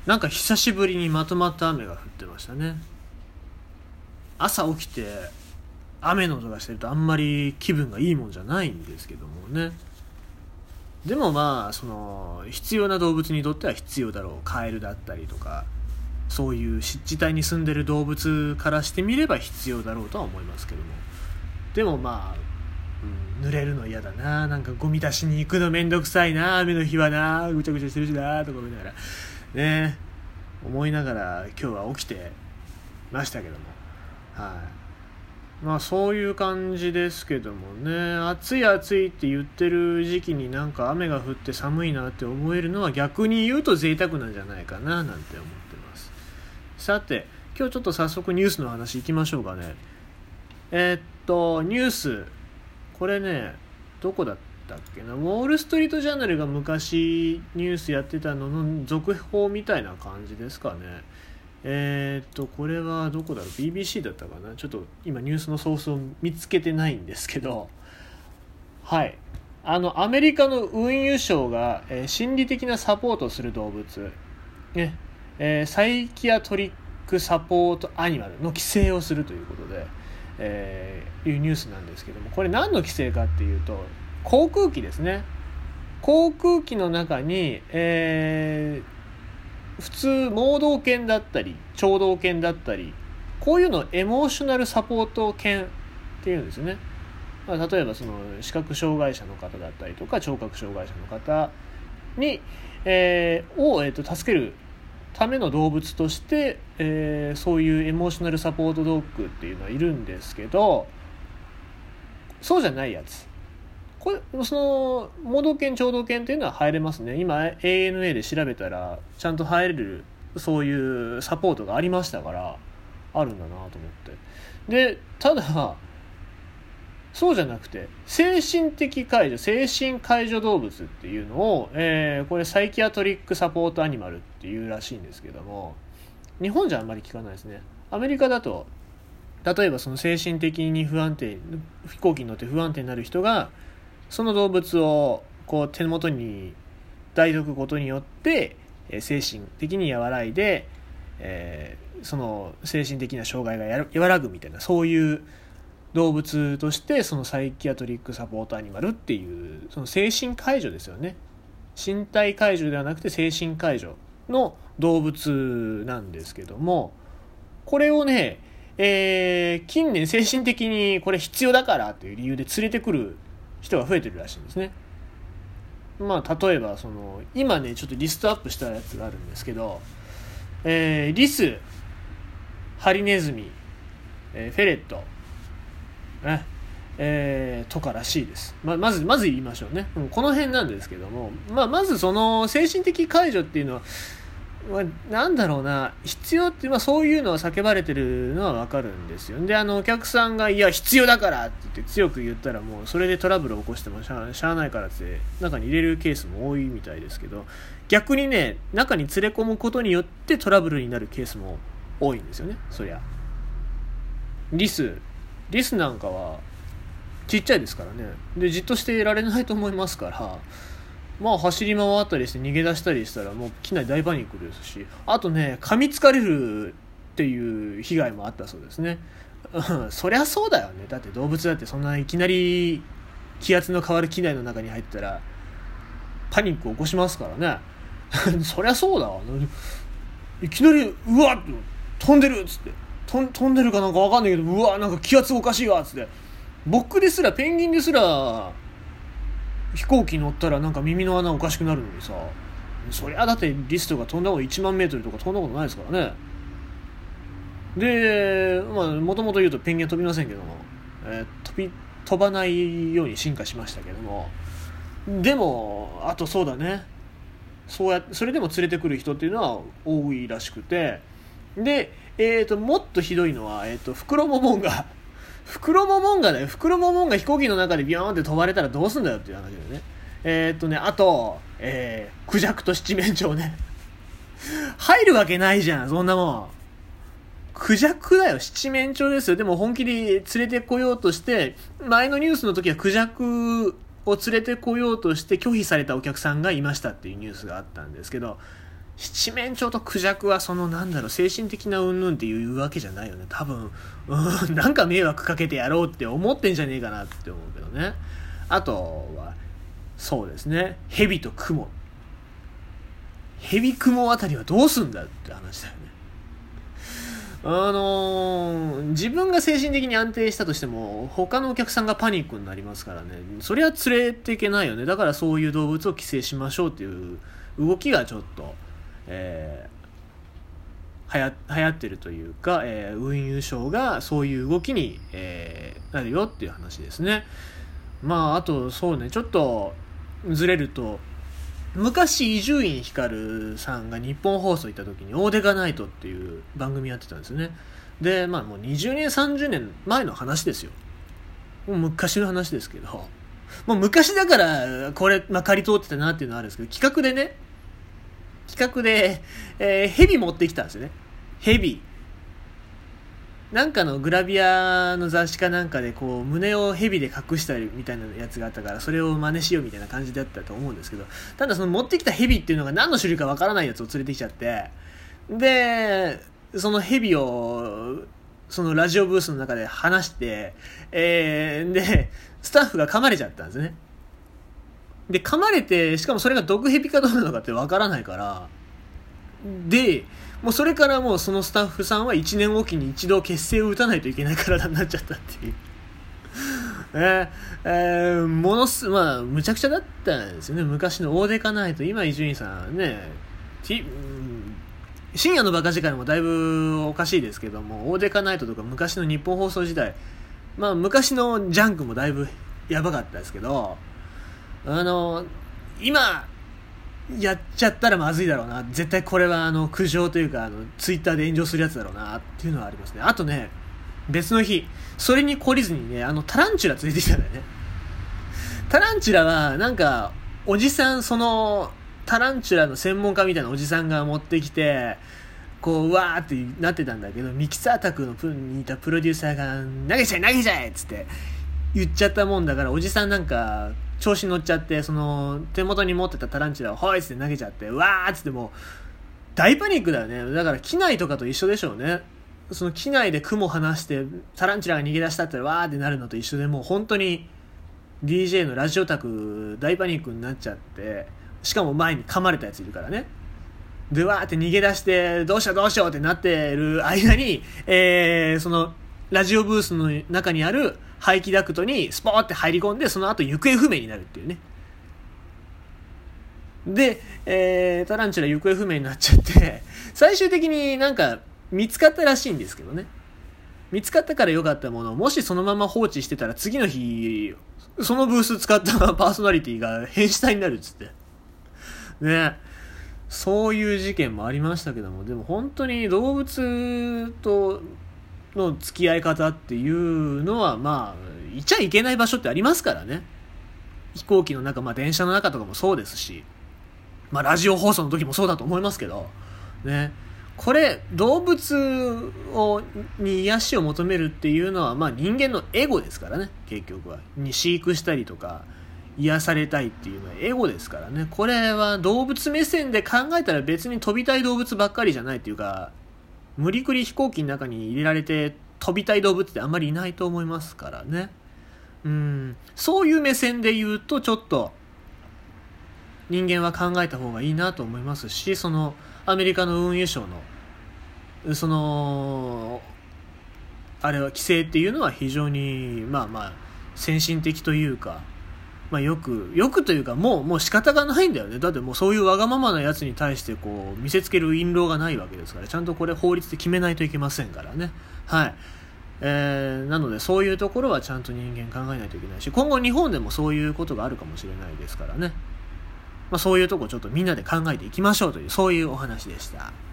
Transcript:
なんか久しぶりにまとまった雨が降ってましたね。朝起きて雨の音がしてるとあんまり気分がいいもんじゃないんですけどもね。でもその必要な動物にとっては必要だろう。カエルだったりとか、そういう湿地帯に住んでる動物からしてみれば必要だろうとは思いますけども、でも濡れるの嫌だな、なんかゴミ出しに行くのめんどくさいな、雨の日はな、ぐちゃぐちゃしてるしなとか思いながらね、思いながら今日は起きてましたけども、そういう感じですけどもね。暑い暑いって言ってる時期になんか雨が降って寒いなって思えるのは逆に言うと贅沢なんじゃないかななんて思ってます。さて、今日ちょっと早速ニュースの話いきましょうかね。ニュース、これね、どこだったっけな、ウォールストリートジャーナルが昔ニュースやってたのの続報みたいな感じですかね。これはどこだろう、 BBC だったかな、ちょっと今ニュースのソースを見つけてないんですけど、アメリカの運輸省が、心理的なサポートをする動物、サイキアトリックサポートアニマルの規制をするということで、いうニュースなんですけども、これ何の規制かっていうと、航空機ですね。航空機の中に、普通盲導犬だったり聴導犬だったり、こういうのをエモーショナルサポート犬っていうんですよね。例えばその視覚障害者の方だったりとか聴覚障害者の方に、助けるための動物として、そういうエモーショナルサポートドッグっていうのはいるんですけど、そうじゃないやつ、これその盲導犬聴導犬っていうのは入れますね。今 ANA で調べたらちゃんと入れる、そういうサポートがありましたから、あるんだなと思って。でただそうじゃなくて、精神的介助、精神介助動物っていうのを、これサイキアトリックサポートアニマルっていうらしいんですけども、日本じゃあんまり聞かないですね。アメリカだと例えばその精神的に不安定、飛行機に乗って不安定になる人がその動物をこう手元に抱いておくことによって精神的に和らいで、その精神的な障害が和らぐみたいな、そういう動物としてそのサイキアトリックサポートアニマルっていうその精神介助ですよね。身体介助ではなくて精神介助の動物なんですけども、これをね、近年精神的にこれ必要だからという理由で連れてくる人が増えてるらしいんですね。例えばその今ねちょっとリストアップしたやつがあるんですけど、リス、ハリネズミ、フェレット、とからしいです。まず言いましょうね。この辺なんですけども、まずその精神的介助っていうのは、なんだろうな、必要って、そういうのは叫ばれてるのはわかるんですよ。でお客さんがいや必要だからって言って強く言ったら、もうそれでトラブルを起こしてもしゃあないからって中に入れるケースも多いみたいですけど、逆にね中に連れ込むことによってトラブルになるケースも多いんですよね。そりゃリスなんかはちっちゃいですからね。でじっとしていられないと思いますから、走り回ったりして逃げ出したりしたらもう機内大パニックですし、あとね噛みつかれるっていう被害もあったそうですね。そりゃそうだよね。だって動物だってそんないきなり気圧の変わる機内の中に入ったらパニックを起こしますからね。そりゃそうだわ。いきなりうわっ飛んでるっつって、飛んでるかなんか分かんないけど、うわなんか気圧おかしいわっつって、僕ですらペンギンですら飛行機乗ったらなんか耳の穴おかしくなるのにさ、そりゃだってリスとか飛んだこと1万メートルとか飛んだことないですからね。でもともと言うとペンギンは飛びませんけども、飛ばないように進化しましたけども、でもあとそうだね、それでも連れてくる人っていうのは多いらしくて、でもっとひどいのはフクロモモンガフクロモモンガ飛行機の中でビヨーンって飛ばれたらどうすんだよっていう話だよね。あと、クジャクと七面鳥ね。入るわけないじゃんそんなもん。クジャクだよ、七面鳥ですよ。でも本気で連れてこようとして、前のニュースの時はクジャクを連れてこようとして拒否されたお客さんがいましたっていうニュースがあったんですけど、 七面鳥とクジャクはその精神的な云々っていうわけじゃないよね。多分なんか迷惑かけてやろうって思ってんじゃねえかなって思うけどね。あとはそうですね、蛇と雲、蛇雲あたりはどうすんだって話だよね。自分が精神的に安定したとしても他のお客さんがパニックになりますからね。それは連れていけないよね。だからそういう動物を規制しましょうっていう動きがちょっと、流行ってるというか、運輸省がそういう動きに、なるよっていう話ですね。あとそうね、ちょっとずれると、昔伊集院光さんが日本放送行った時にオーデカナイトっていう番組やってたんですよね。でもう20年30年前の話ですよ。もう昔の話ですけど、もう昔だからこれ、刈り取ってたなっていうのはあるんですけど、企画で、蛇持ってきたんですよね。蛇なんかのグラビアの雑誌かなんかでこう胸を蛇で隠したりみたいなやつがあったから、それを真似しようみたいな感じだったと思うんですけど、ただその持ってきた蛇っていうのが何の種類かわからないやつを連れてきちゃって、でその蛇をそのラジオブースの中で話して、でスタッフが噛まれちゃったんですね。で噛まれて、しかもそれが毒蛇かどうなのかってわからないから、でもうそれからもうそのスタッフさんは1年おきに一度結成を打たないといけない体になっちゃったっていうむちゃくちゃだったんですよね。昔のオーデカナイト、今伊集院さんね、深夜のバカ力もだいぶおかしいですけども、オーデカナイトとか昔の日本放送時代、昔のジャンクもだいぶやばかったですけど、今やっちゃったらまずいだろうな、絶対これは苦情というかツイッターで炎上するやつだろうなっていうのはありますね。あとね、別の日それに懲りずにね、タランチュラ連れてきたんだよね。タランチュラはなんかおじさん、そのタランチュラの専門家みたいなおじさんが持ってきて、こうわーってなってたんだけど、ミキサー宅のにいたプロデューサーが投げちゃえっつって言っちゃったもんだから、おじさんなんか調子に乗っちゃって、その手元に持ってたタランチュラをホイって投げちゃって、わーっつってもう大パニックだよね。だから機内とかと一緒でしょうね。その機内で雲離してタランチュラが逃げ出したってわーってなるのと一緒で、もう本当に DJ のラジオ宅大パニックになっちゃって、しかも前に噛まれたやついるからね。でわーって逃げ出して、どうしようってなってる間に、そのラジオブースの中にある排気ダクトにスポーって入り込んで、その後行方不明になるっていうね。で、タランチュラ行方不明になっちゃって、最終的になんか見つかったらしいんですけどね。見つかったから良かったものを、もしそのまま放置してたら次の日そのブース使ったパーソナリティが変死体になるっつってね。そういう事件もありましたけども、でも本当に動物との付き合い方っていうのは、いちゃいけない場所ってありますからね。飛行機の中、電車の中とかもそうですし、ラジオ放送の時もそうだと思いますけどね。これ動物に癒しを求めるっていうのは、人間のエゴですからね。結局は飼育したりとか癒されたいっていうのはエゴですからね。これは動物目線で考えたら別に飛びたい動物ばっかりじゃないっていうか、無理くり飛行機の中に入れられて飛びたい動物ってあんまりいないと思いますからね。そういう目線で言うとちょっと人間は考えた方がいいなと思いますし、そのアメリカの運輸省のそのあれは規制っていうのは非常に先進的というか、よくというかもう仕方がないんだよね。だってもうそういうわがままなやつに対してこう見せつける印籠がないわけですから、ちゃんとこれ法律で決めないといけませんからね。はい。なのでそういうところはちゃんと人間考えないといけないし、今後日本でもそういうことがあるかもしれないですからね。そういうとこちょっとみんなで考えていきましょうという、そういうお話でした。